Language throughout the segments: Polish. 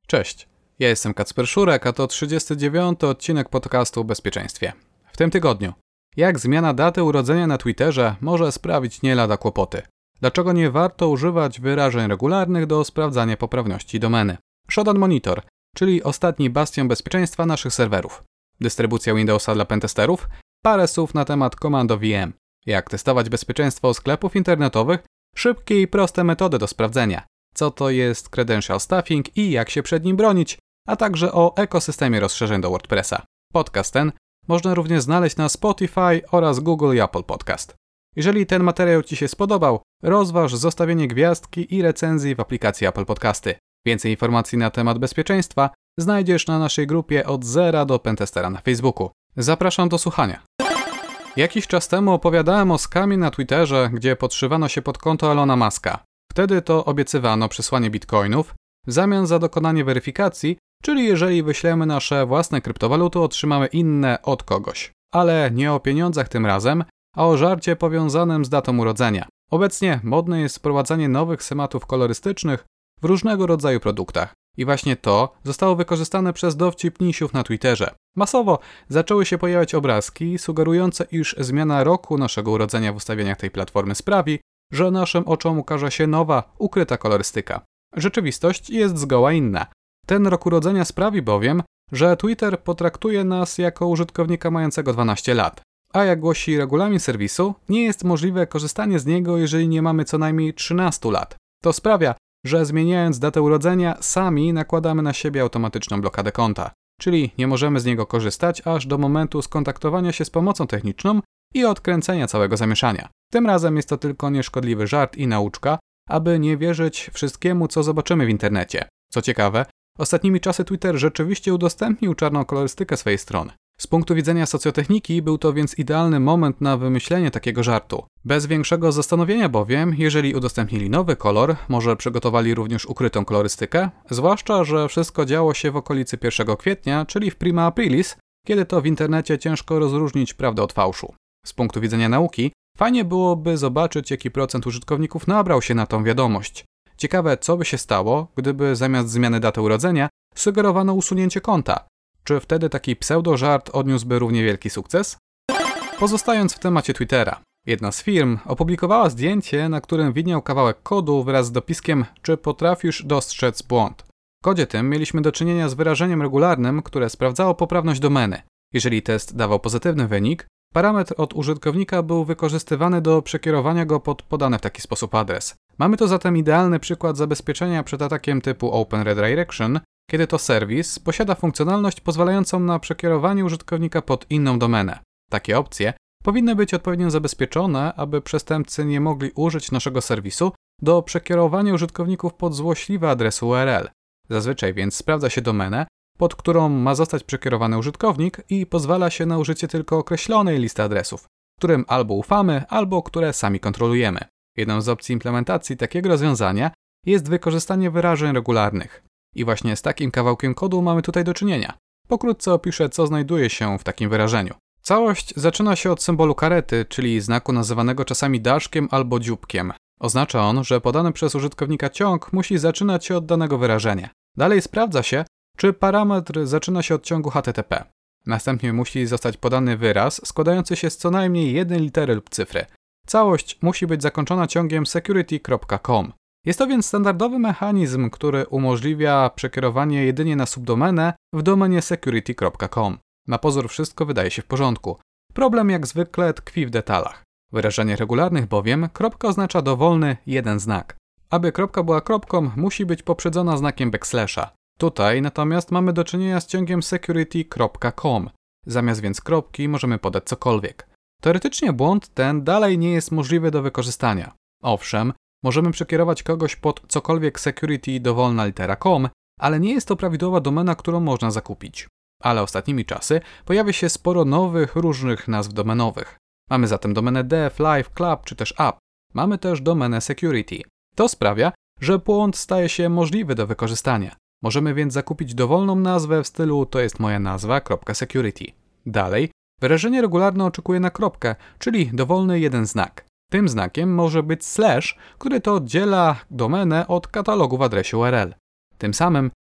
Cześć, ja jestem Kacper Szurek, a to 39. odcinek podcastu o bezpieczeństwie. W tym tygodniu, jak zmiana daty urodzenia na Twitterze może sprawić nie lada kłopoty. Dlaczego nie warto używać wyrażeń regularnych do sprawdzania poprawności domeny. Shodan Monitor, czyli ostatni bastion bezpieczeństwa naszych serwerów. Dystrybucja Windowsa dla pentesterów, parę słów na temat Commando VM. Jak testować bezpieczeństwo sklepów internetowych, szybkie i proste metody do sprawdzenia. Co to jest credential stuffing i jak się przed nim bronić, a także o ekosystemie rozszerzeń do WordPressa. Podcast ten można również znaleźć na Spotify oraz Google i Apple Podcast. Jeżeli ten materiał Ci się spodobał, rozważ zostawienie gwiazdki i recenzji w aplikacji Apple Podcasty. Więcej informacji na temat bezpieczeństwa znajdziesz na naszej grupie od zera do pentestera na Facebooku. Zapraszam do słuchania. Jakiś czas temu opowiadałem o skamie na Twitterze, gdzie podszywano się pod konto Elona Muska. Wtedy to obiecywano przesłanie bitcoinów w zamian za dokonanie weryfikacji, czyli jeżeli wyślemy nasze własne kryptowaluty, otrzymamy inne od kogoś. Ale nie o pieniądzach tym razem, a o żarcie powiązanym z datą urodzenia. Obecnie modne jest wprowadzanie nowych schematów kolorystycznych w różnego rodzaju produktach. I właśnie to zostało wykorzystane przez dowcipnisiów na Twitterze. Masowo zaczęły się pojawiać obrazki sugerujące, iż zmiana roku naszego urodzenia w ustawieniach tej platformy sprawi, że naszym oczom ukaże się nowa, ukryta kolorystyka. Rzeczywistość jest zgoła inna. Ten rok urodzenia sprawi bowiem, że Twitter potraktuje nas jako użytkownika mającego 12 lat. A jak głosi regulamin serwisu, nie jest możliwe korzystanie z niego, jeżeli nie mamy co najmniej 13 lat. To sprawia, że zmieniając datę urodzenia, sami nakładamy na siebie automatyczną blokadę konta. Czyli nie możemy z niego korzystać aż do momentu skontaktowania się z pomocą techniczną i odkręcenia całego zamieszania. Tym razem jest to tylko nieszkodliwy żart i nauczka, aby nie wierzyć wszystkiemu, co zobaczymy w internecie. Co ciekawe, ostatnimi czasy Twitter rzeczywiście udostępnił czarną kolorystykę swojej strony. Z punktu widzenia socjotechniki był to więc idealny moment na wymyślenie takiego żartu. Bez większego zastanowienia bowiem, jeżeli udostępnili nowy kolor, może przygotowali również ukrytą kolorystykę, zwłaszcza, że wszystko działo się w okolicy 1 kwietnia, czyli w prima aprilis, kiedy to w internecie ciężko rozróżnić prawdę od fałszu. Z punktu widzenia nauki, fajnie byłoby zobaczyć, jaki procent użytkowników nabrał się na tą wiadomość. Ciekawe, co by się stało, gdyby zamiast zmiany daty urodzenia sugerowano usunięcie konta. Czy wtedy taki pseudo-żart odniósłby równie wielki sukces? Pozostając w temacie Twittera, jedna z firm opublikowała zdjęcie, na którym widniał kawałek kodu wraz z dopiskiem „Czy potrafisz dostrzec błąd?”. W kodzie tym mieliśmy do czynienia z wyrażeniem regularnym, które sprawdzało poprawność domeny. Jeżeli test dawał pozytywny wynik, parametr od użytkownika był wykorzystywany do przekierowania go pod podany w taki sposób adres. Mamy tu zatem idealny przykład zabezpieczenia przed atakiem typu Open Redirection, kiedy to serwis posiada funkcjonalność pozwalającą na przekierowanie użytkownika pod inną domenę. Takie opcje powinny być odpowiednio zabezpieczone, aby przestępcy nie mogli użyć naszego serwisu do przekierowania użytkowników pod złośliwe adresy URL. Zazwyczaj więc sprawdza się domenę, pod którą ma zostać przekierowany użytkownik i pozwala się na użycie tylko określonej listy adresów, którym albo ufamy, albo które sami kontrolujemy. Jedną z opcji implementacji takiego rozwiązania jest wykorzystanie wyrażeń regularnych. I właśnie z takim kawałkiem kodu mamy tutaj do czynienia. Pokrótce opiszę, co znajduje się w takim wyrażeniu. Całość zaczyna się od symbolu karety, czyli znaku nazywanego czasami daszkiem albo dzióbkiem. Oznacza on, że podany przez użytkownika ciąg musi zaczynać się od danego wyrażenia. Dalej sprawdza się, czy parametr zaczyna się od ciągu HTTP. Następnie musi zostać podany wyraz składający się z co najmniej jednej litery lub cyfry. Całość musi być zakończona ciągiem security.com. Jest to więc standardowy mechanizm, który umożliwia przekierowanie jedynie na subdomenę w domenie security.com. Na pozór wszystko wydaje się w porządku. Problem jak zwykle tkwi w detalach. W wyrażeniach regularnych bowiem kropka oznacza dowolny jeden znak. Aby kropka była kropką, musi być poprzedzona znakiem backslasha. Tutaj natomiast mamy do czynienia z ciągiem security.com. Zamiast więc kropki możemy podać cokolwiek. Teoretycznie błąd ten dalej nie jest możliwy do wykorzystania. Owszem, możemy przekierować kogoś pod cokolwiek security dowolna litera .com, ale nie jest to prawidłowa domena, którą można zakupić. Ale ostatnimi czasy pojawia się sporo nowych, różnych nazw domenowych. Mamy zatem domenę dev, live, club czy też app. Mamy też domenę security. To sprawia, że błąd staje się możliwy do wykorzystania. Możemy więc zakupić dowolną nazwę w stylu to jest moja nazwa, .security. Dalej, wyrażenie regularne oczekuje na kropkę, czyli dowolny jeden znak. Tym znakiem może być slash, który to oddziela domenę od katalogu w adresie URL. Tym samym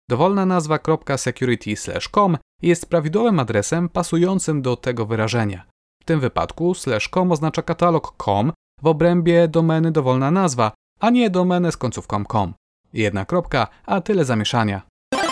Dowolna nazwa .security/com jest prawidłowym adresem pasującym do tego wyrażenia. W tym wypadku /com oznacza katalog .com w obrębie domeny dowolna nazwa, a nie domenę z końcówką .com. Jedna kropka, a tyle zamieszania.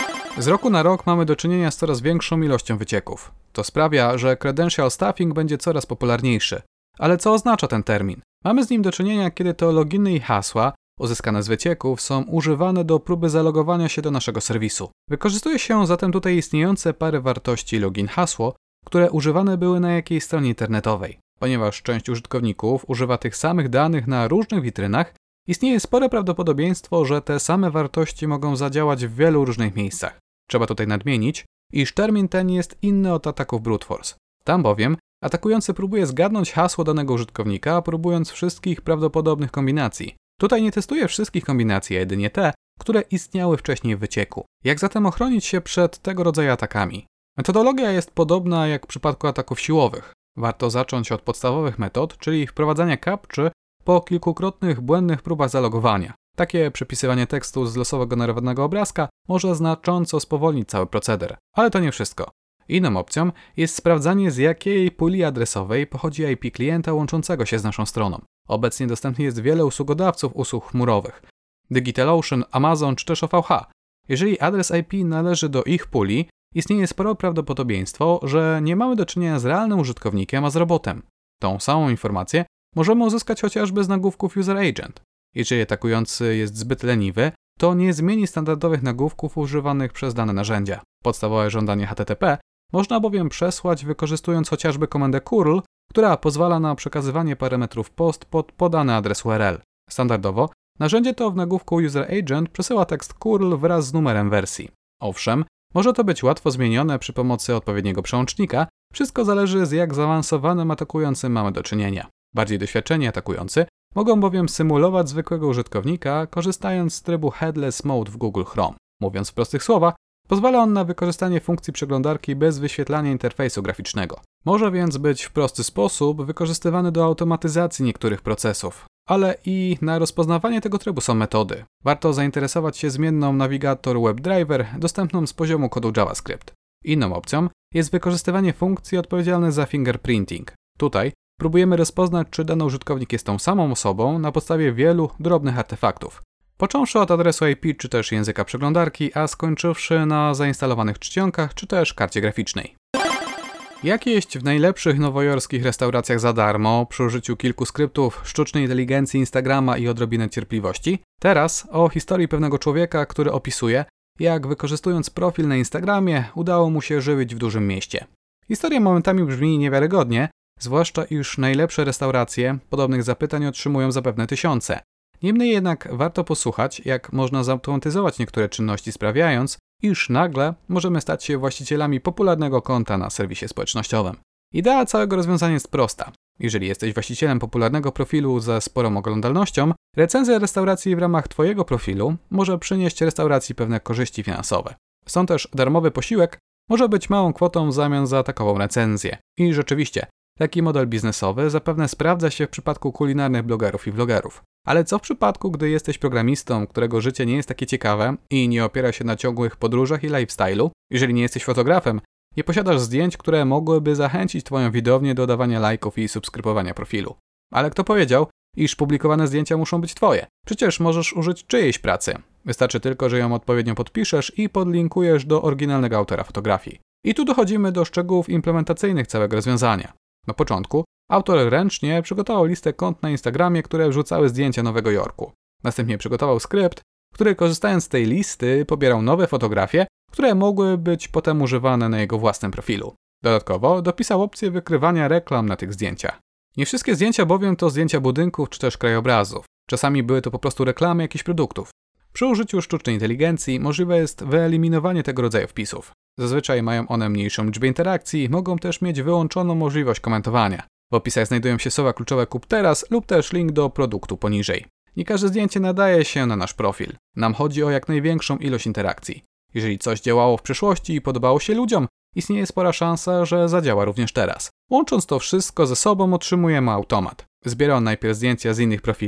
Z roku na rok mamy do czynienia z coraz większą ilością wycieków. To sprawia, że credential stuffing będzie coraz popularniejszy. Ale co oznacza ten termin? Mamy z nim do czynienia, kiedy to loginy i hasła uzyskane z wycieków są używane do próby zalogowania się do naszego serwisu. Wykorzystuje się zatem tutaj istniejące pary wartości login-hasło, które używane były na jakiejś stronie internetowej. Ponieważ część użytkowników używa tych samych danych na różnych witrynach, istnieje spore prawdopodobieństwo, że te same wartości mogą zadziałać w wielu różnych miejscach. Trzeba tutaj nadmienić, iż termin ten jest inny od ataków brute force. Tam bowiem atakujący próbuje zgadnąć hasło danego użytkownika, próbując wszystkich prawdopodobnych kombinacji. Tutaj nie testuje wszystkich kombinacji, a jedynie te, które istniały wcześniej w wycieku. Jak zatem ochronić się przed tego rodzaju atakami? Metodologia jest podobna jak w przypadku ataków siłowych. Warto zacząć od podstawowych metod, czyli wprowadzania captcha po kilkukrotnych błędnych próbach zalogowania. Takie przepisywanie tekstu z losowo generowanego obrazka może znacząco spowolnić cały proceder. Ale to nie wszystko. Inną opcją jest sprawdzanie, z jakiej puli adresowej pochodzi IP klienta łączącego się z naszą stroną. Obecnie dostępnych jest wiele usługodawców usług chmurowych. DigitalOcean, Amazon czy też OVH. Jeżeli adres IP należy do ich puli, istnieje spore prawdopodobieństwo, że nie mamy do czynienia z realnym użytkownikiem, a z robotem. Tą samą informację możemy uzyskać chociażby z nagłówków User Agent. Jeżeli atakujący jest zbyt leniwy, to nie zmieni standardowych nagłówków używanych przez dane narzędzia. Podstawowe żądanie HTTP można bowiem przesłać wykorzystując chociażby komendę curl, która pozwala na przekazywanie parametrów post pod podany adres URL. Standardowo narzędzie to w nagłówku User Agent przesyła tekst curl wraz z numerem wersji. Owszem, może to być łatwo zmienione przy pomocy odpowiedniego przełącznika, wszystko zależy z jak zaawansowanym atakującym mamy do czynienia. Bardziej doświadczeni atakujący mogą bowiem symulować zwykłego użytkownika, korzystając z trybu Headless Mode w Google Chrome. Mówiąc w prostych słowach, pozwala on na wykorzystanie funkcji przeglądarki bez wyświetlania interfejsu graficznego. Może więc być w prosty sposób wykorzystywany do automatyzacji niektórych procesów. Ale i na rozpoznawanie tego trybu są metody. Warto zainteresować się zmienną Navigator WebDriver dostępną z poziomu kodu JavaScript. Inną opcją jest wykorzystywanie funkcji odpowiedzialnych za fingerprinting. Tutaj próbujemy rozpoznać, czy dany użytkownik jest tą samą osobą na podstawie wielu drobnych artefaktów. Począwszy od adresu IP czy też języka przeglądarki, a skończywszy na zainstalowanych czcionkach czy też karcie graficznej. Jak jeść w najlepszych nowojorskich restauracjach za darmo przy użyciu kilku skryptów, sztucznej inteligencji, Instagrama i odrobinę cierpliwości? Teraz o historii pewnego człowieka, który opisuje, jak wykorzystując profil na Instagramie udało mu się żywić w dużym mieście. Historia momentami brzmi niewiarygodnie, zwłaszcza iż najlepsze restauracje podobnych zapytań otrzymują zapewne tysiące. Niemniej jednak warto posłuchać, jak można zautomatyzować niektóre czynności, sprawiając, iż nagle możemy stać się właścicielami popularnego konta na serwisie społecznościowym. Idea całego rozwiązania jest prosta. Jeżeli jesteś właścicielem popularnego profilu ze sporą oglądalnością, recenzja restauracji w ramach Twojego profilu może przynieść restauracji pewne korzyści finansowe. Stąd też darmowy posiłek może być małą kwotą w zamian za takową recenzję. I rzeczywiście, taki model biznesowy zapewne sprawdza się w przypadku kulinarnych blogerów i vlogerów. Ale co w przypadku, gdy jesteś programistą, którego życie nie jest takie ciekawe i nie opiera się na ciągłych podróżach i lifestyle'u? Jeżeli nie jesteś fotografem, nie posiadasz zdjęć, które mogłyby zachęcić Twoją widownię do dawania lajków i subskrybowania profilu. Ale kto powiedział, iż publikowane zdjęcia muszą być Twoje? Przecież możesz użyć czyjejś pracy. Wystarczy tylko, że ją odpowiednio podpiszesz i podlinkujesz do oryginalnego autora fotografii. I tu dochodzimy do szczegółów implementacyjnych całego rozwiązania. Na początku autor ręcznie przygotował listę kont na Instagramie, które wrzucały zdjęcia Nowego Jorku. Następnie przygotował skrypt, który korzystając z tej listy pobierał nowe fotografie, które mogły być potem używane na jego własnym profilu. Dodatkowo dopisał opcję wykrywania reklam na tych zdjęciach. Nie wszystkie zdjęcia bowiem to zdjęcia budynków czy też krajobrazów. Czasami były to po prostu reklamy jakichś produktów. Przy użyciu sztucznej inteligencji możliwe jest wyeliminowanie tego rodzaju wpisów. Zazwyczaj mają one mniejszą liczbę interakcji, mogą też mieć wyłączoną możliwość komentowania. W opisach znajdują się słowa kluczowe kup teraz lub też link do produktu poniżej. Nie każde zdjęcie nadaje się na nasz profil. Nam chodzi o jak największą ilość interakcji. Jeżeli coś działało w przeszłości i podobało się ludziom, istnieje spora szansa, że zadziała również teraz. Łącząc to wszystko ze sobą otrzymujemy automat. Zbiera on najpierw zdjęcia z innych profili,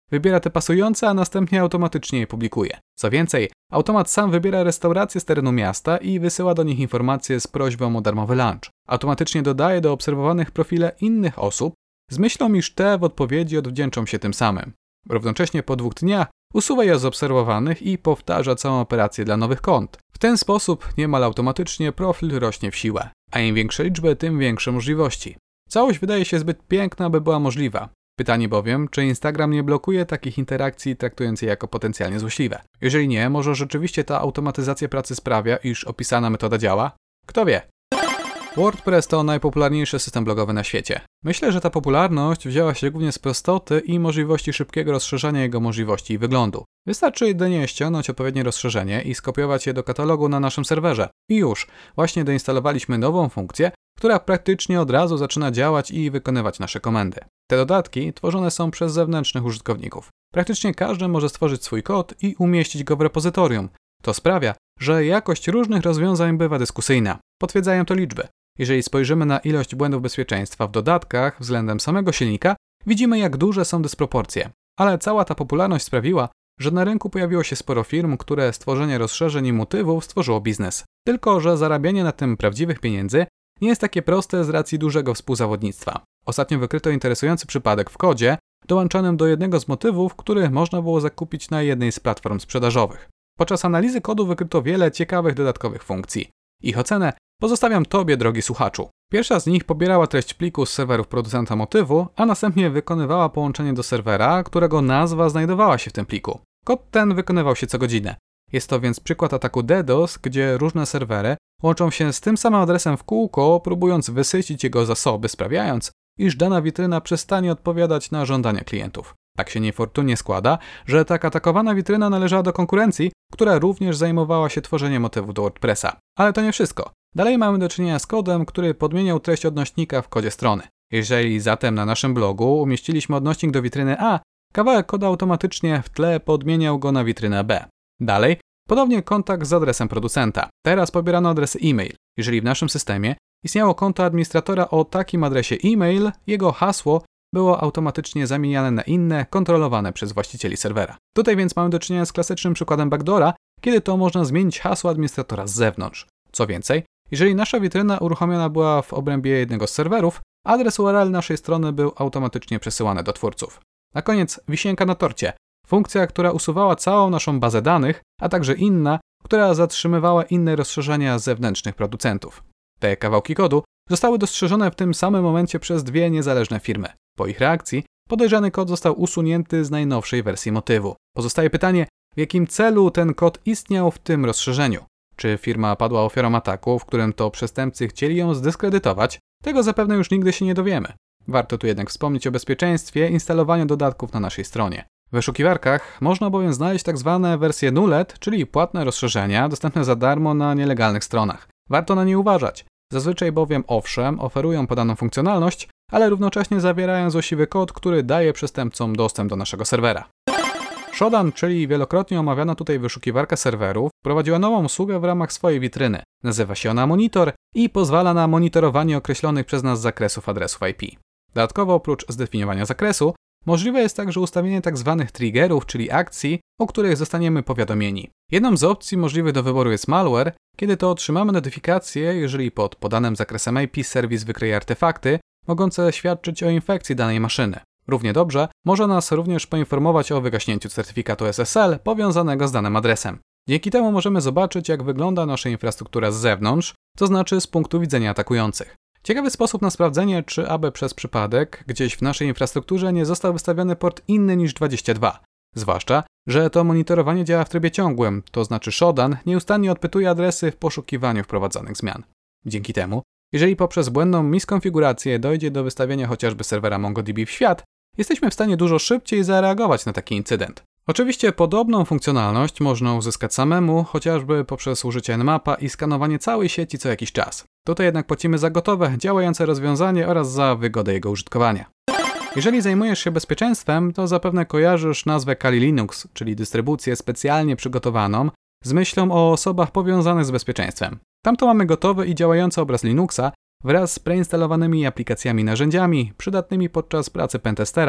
wybiera te pasujące, a następnie automatycznie je publikuje. Co więcej, automat sam wybiera restauracje z terenu miasta i wysyła do nich informacje z prośbą o darmowy lunch. Automatycznie dodaje do obserwowanych profile innych osób z myślą, iż te w odpowiedzi odwdzięczą się tym samym. Równocześnie po 2 dniach usuwa je z obserwowanych i powtarza całą operację dla nowych kont. W ten sposób niemal automatycznie profil rośnie w siłę, a im większe liczby, tym większe możliwości. Całość wydaje się zbyt piękna, by była możliwa. Pytanie bowiem, czy Instagram nie blokuje takich interakcji, traktując je jako potencjalnie złośliwe. Jeżeli nie, może rzeczywiście ta automatyzacja pracy sprawia, iż opisana metoda działa? Kto wie? WordPress to najpopularniejszy system blogowy na świecie. Myślę, że ta popularność wzięła się głównie z prostoty i możliwości szybkiego rozszerzania jego możliwości i wyglądu. Wystarczy jedynie ściągnąć odpowiednie rozszerzenie i skopiować je do katalogu na naszym serwerze. I już, właśnie doinstalowaliśmy nową funkcję, która praktycznie od razu zaczyna działać i wykonywać nasze komendy. Te dodatki tworzone są przez zewnętrznych użytkowników. Praktycznie każdy może stworzyć swój kod i umieścić go w repozytorium. To sprawia, że jakość różnych rozwiązań bywa dyskusyjna. Potwierdzają to liczby. Jeżeli spojrzymy na ilość błędów bezpieczeństwa w dodatkach względem samego silnika, widzimy, jak duże są dysproporcje. Ale cała ta popularność sprawiła, że na rynku pojawiło się sporo firm, które stworzenie rozszerzeń i motywów stworzyło biznes. Tylko że zarabianie na tym prawdziwych pieniędzy nie jest takie proste z racji dużego współzawodnictwa. Ostatnio wykryto interesujący przypadek w kodzie dołączonym do jednego z motywów, który można było zakupić na jednej z platform sprzedażowych. Podczas analizy kodu wykryto wiele ciekawych dodatkowych funkcji. Ich ocenę pozostawiam Tobie, drogi słuchaczu. Pierwsza z nich pobierała treść pliku z serwerów producenta motywu, a następnie wykonywała połączenie do serwera, którego nazwa znajdowała się w tym pliku. Kod ten wykonywał się co godzinę. Jest to więc przykład ataku DDoS, gdzie różne serwery łączą się z tym samym adresem w kółko, próbując wysycić jego zasoby, sprawiając, iż dana witryna przestanie odpowiadać na żądania klientów. Tak się niefortunnie składa, że tak atakowana witryna należała do konkurencji, która również zajmowała się tworzeniem motywów do WordPressa. Ale to nie wszystko. Dalej mamy do czynienia z kodem, który podmieniał treść odnośnika w kodzie strony. Jeżeli zatem na naszym blogu umieściliśmy odnośnik do witryny A, kawałek kodu automatycznie w tle podmieniał go na witrynę B. Dalej, podobnie kontakt z adresem producenta. Teraz pobierano adresy e-mail. Jeżeli w naszym systemie istniało konto administratora o takim adresie e-mail, jego hasło było automatycznie zamieniane na inne, kontrolowane przez właścicieli serwera. Tutaj więc mamy do czynienia z klasycznym przykładem backdoora, kiedy to można zmienić hasło administratora z zewnątrz. Co więcej, jeżeli nasza witryna uruchomiona była w obrębie jednego z serwerów, adres URL naszej strony był automatycznie przesyłany do twórców. Na koniec wisienka na torcie. Funkcja, która usuwała całą naszą bazę danych, a także inna, która zatrzymywała inne rozszerzenia zewnętrznych producentów. Te kawałki kodu zostały dostrzeżone w tym samym momencie przez 2 niezależne firmy. Po ich reakcji podejrzany kod został usunięty z najnowszej wersji motywu. Pozostaje pytanie, w jakim celu ten kod istniał w tym rozszerzeniu. Czy firma padła ofiarą ataku, w którym to przestępcy chcieli ją zdyskredytować? Tego zapewne już nigdy się nie dowiemy. Warto tu jednak wspomnieć o bezpieczeństwie instalowania dodatków na naszej stronie. W wyszukiwarkach można bowiem znaleźć tzw. wersje nullet, czyli płatne rozszerzenia dostępne za darmo na nielegalnych stronach. Warto na nie uważać. Zazwyczaj bowiem owszem, oferują podaną funkcjonalność, ale równocześnie zawierają złośliwy kod, który daje przestępcom dostęp do naszego serwera. Shodan, czyli wielokrotnie omawiana tutaj wyszukiwarka serwerów, wprowadziła nową usługę w ramach swojej witryny. Nazywa się ona Monitor i pozwala na monitorowanie określonych przez nas zakresów adresów IP. Dodatkowo oprócz zdefiniowania zakresu, możliwe jest także ustawienie tzw. triggerów, czyli akcji, o których zostaniemy powiadomieni. Jedną z opcji możliwych do wyboru jest malware, kiedy to otrzymamy notyfikację, jeżeli pod podanym zakresem IP serwis wykryje artefakty, mogące świadczyć o infekcji danej maszyny. Równie dobrze może nas również poinformować o wygaśnięciu certyfikatu SSL powiązanego z danym adresem. Dzięki temu możemy zobaczyć, jak wygląda nasza infrastruktura z zewnątrz, to znaczy z punktu widzenia atakujących. Ciekawy sposób na sprawdzenie, czy aby przez przypadek gdzieś w naszej infrastrukturze nie został wystawiony port inny niż 22. Zwłaszcza, że to monitorowanie działa w trybie ciągłym, to znaczy Shodan nieustannie odpytuje adresy w poszukiwaniu wprowadzanych zmian. Dzięki temu, jeżeli poprzez błędną miskonfigurację dojdzie do wystawienia chociażby serwera MongoDB w świat, jesteśmy w stanie dużo szybciej zareagować na taki incydent. Oczywiście podobną funkcjonalność można uzyskać samemu, chociażby poprzez użycie Nmapa i skanowanie całej sieci co jakiś czas. Tutaj jednak płacimy za gotowe, działające rozwiązanie oraz za wygodę jego użytkowania. Jeżeli zajmujesz się bezpieczeństwem, to zapewne kojarzysz nazwę Kali Linux, czyli dystrybucję specjalnie przygotowaną z myślą o osobach powiązanych z bezpieczeństwem. Tam to mamy gotowy i działający obraz Linuxa wraz z preinstalowanymi aplikacjami i narzędziami przydatnymi podczas pracy pentestera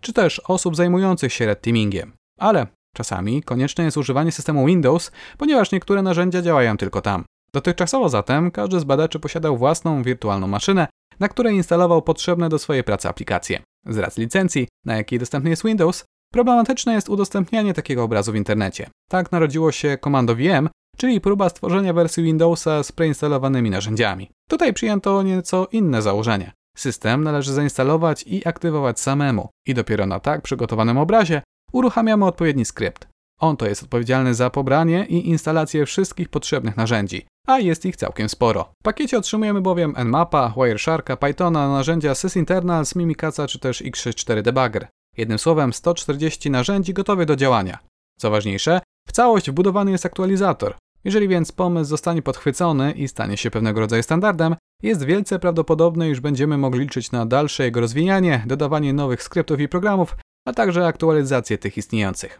czy też osób zajmujących się red teamingiem. Ale czasami konieczne jest używanie systemu Windows, ponieważ niektóre narzędzia działają tylko tam. Dotychczasowo zatem każdy z badaczy posiadał własną wirtualną maszynę, na której instalował potrzebne do swojej pracy aplikacje. Z racji licencji, na jakiej dostępny jest Windows, problematyczne jest udostępnianie takiego obrazu w internecie. Tak narodziło się Commando VM, czyli próba stworzenia wersji Windowsa z preinstalowanymi narzędziami. Tutaj przyjęto nieco inne założenie. System należy zainstalować i aktywować samemu i dopiero na tak przygotowanym obrazie uruchamiamy odpowiedni skrypt. On to jest odpowiedzialny za pobranie i instalację wszystkich potrzebnych narzędzi, a jest ich całkiem sporo. W pakiecie otrzymujemy bowiem Nmapa, Wiresharka, Pythona, narzędzia sysinternals, Mimikatza czy też x64 Debugger. Jednym słowem 140 narzędzi gotowych do działania. Co ważniejsze, w całość wbudowany jest aktualizator. Jeżeli więc pomysł zostanie podchwycony i stanie się pewnego rodzaju standardem, jest wielce prawdopodobne, iż będziemy mogli liczyć na dalsze jego rozwijanie, dodawanie nowych skryptów i programów, a także aktualizację tych istniejących.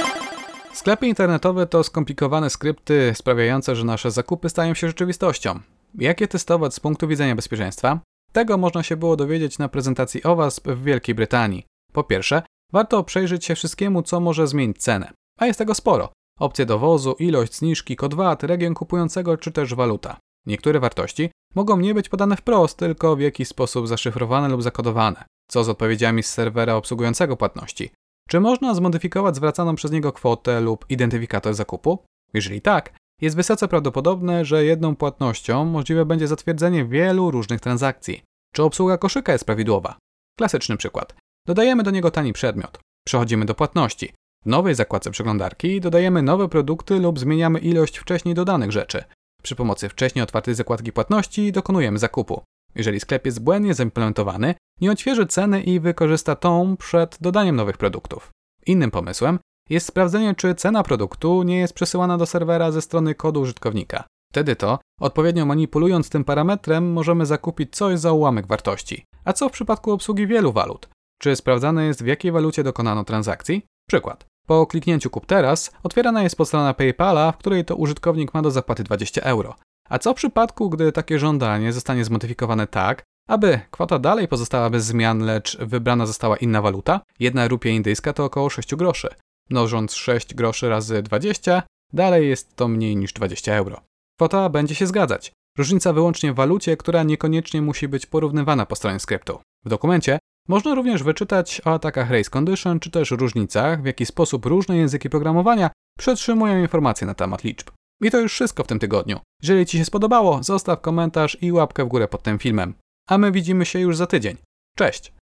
Sklepy internetowe to skomplikowane skrypty sprawiające, że nasze zakupy stają się rzeczywistością. Jak je testować z punktu widzenia bezpieczeństwa? Tego można się było dowiedzieć na prezentacji OWASP w Wielkiej Brytanii. Po pierwsze, warto przejrzeć się wszystkiemu, co może zmienić cenę. A jest tego sporo. Opcje dowozu, ilość zniżki, kod VAT, region kupującego czy też waluta. Niektóre wartości mogą nie być podane wprost, tylko w jakiś sposób zaszyfrowane lub zakodowane. Co z odpowiedziami z serwera obsługującego płatności? Czy można zmodyfikować zwracaną przez niego kwotę lub identyfikator zakupu? Jeżeli tak, jest wysoce prawdopodobne, że jedną płatnością możliwe będzie zatwierdzenie wielu różnych transakcji. Czy obsługa koszyka jest prawidłowa? Klasyczny przykład. Dodajemy do niego tani przedmiot. Przechodzimy do płatności. W nowej zakładce przeglądarki dodajemy nowe produkty lub zmieniamy ilość wcześniej dodanych rzeczy. Przy pomocy wcześniej otwartej zakładki płatności dokonujemy zakupu. Jeżeli sklep jest błędnie zaimplementowany, nie odświeży ceny i wykorzysta tą przed dodaniem nowych produktów. Innym pomysłem jest sprawdzenie, czy cena produktu nie jest przesyłana do serwera ze strony kodu użytkownika. Wtedy to, odpowiednio manipulując tym parametrem, możemy zakupić coś za ułamek wartości. A co w przypadku obsługi wielu walut? Czy sprawdzane jest, w jakiej walucie dokonano transakcji? Przykład. Po kliknięciu kup teraz otwierana jest podstrona PayPala, w której to użytkownik ma do zapłaty 20 €. A co w przypadku, gdy takie żądanie zostanie zmodyfikowane tak, aby kwota dalej pozostała bez zmian, lecz wybrana została inna waluta? 1 rupia indyjska to około 6 groszy. Mnożąc 6 groszy razy 20, dalej jest to mniej niż 20 €. Kwota będzie się zgadzać. Różnica wyłącznie w walucie, która niekoniecznie musi być porównywana po stronie skryptu. W dokumencie można również wyczytać o atakach race condition, czy też różnicach, w jaki sposób różne języki programowania przetrzymują informacje na temat liczb. I to już wszystko w tym tygodniu. Jeżeli Ci się spodobało, zostaw komentarz i łapkę w górę pod tym filmem. A my widzimy się już za tydzień. Cześć!